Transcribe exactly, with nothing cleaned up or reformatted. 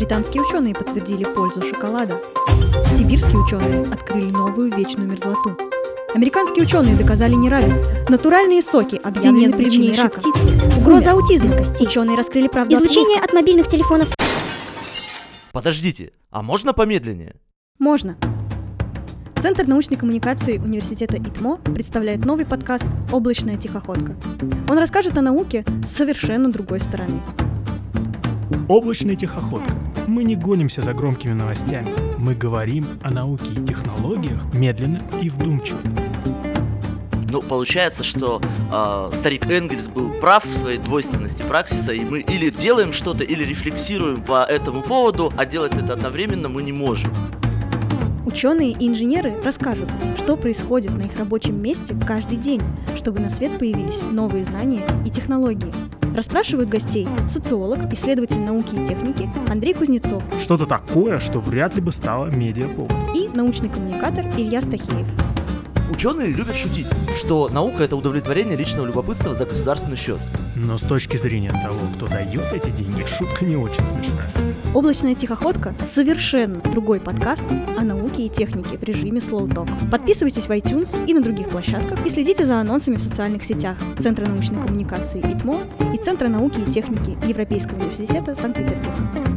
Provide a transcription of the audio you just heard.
Британские ученые подтвердили пользу шоколада. Сибирские ученые открыли новую вечную мерзлоту. Американские ученые доказали неравенство. Натуральные соки объявлены причиной рака. Птицы. Угроза аутизма. Ученые раскрыли правду. Излучение от мобильных телефонов. Подождите, а можно помедленнее? Можно. Центр научной коммуникации университета ИТМО представляет новый подкаст «Облачная тихоходка». Он расскажет о науке с совершенно другой стороны. Облачная тихоходка. Мы не гонимся за громкими новостями. Мы говорим о науке и технологиях медленно и вдумчиво. Ну, получается, что э, старик Энгельс был прав в своей двойственности праксиса, и мы или делаем что-то, или рефлексируем по этому поводу, а делать это одновременно мы не можем. Ученые и инженеры расскажут, что происходит на их рабочем месте каждый день, чтобы на свет появились новые знания и технологии. Расспрашивают гостей социолог, исследователь науки и техники Андрей Кузнецов. Что-то такое, что вряд ли бы стало медиаповодом. И научный коммуникатор Илья Стахеев. Ученые любят шутить, что наука – это удовлетворение личного любопытства за государственный счет. Но с точки зрения того, кто дает эти деньги, шутка не очень смешная. «Облачная тихоходка» – совершенно другой подкаст о науке и технике в режиме Slow Talk. Подписывайтесь в iTunes и на других площадках и следите за анонсами в социальных сетях Центра научной коммуникации ИТМО и Центра науки и техники Европейского университета Санкт-Петербург.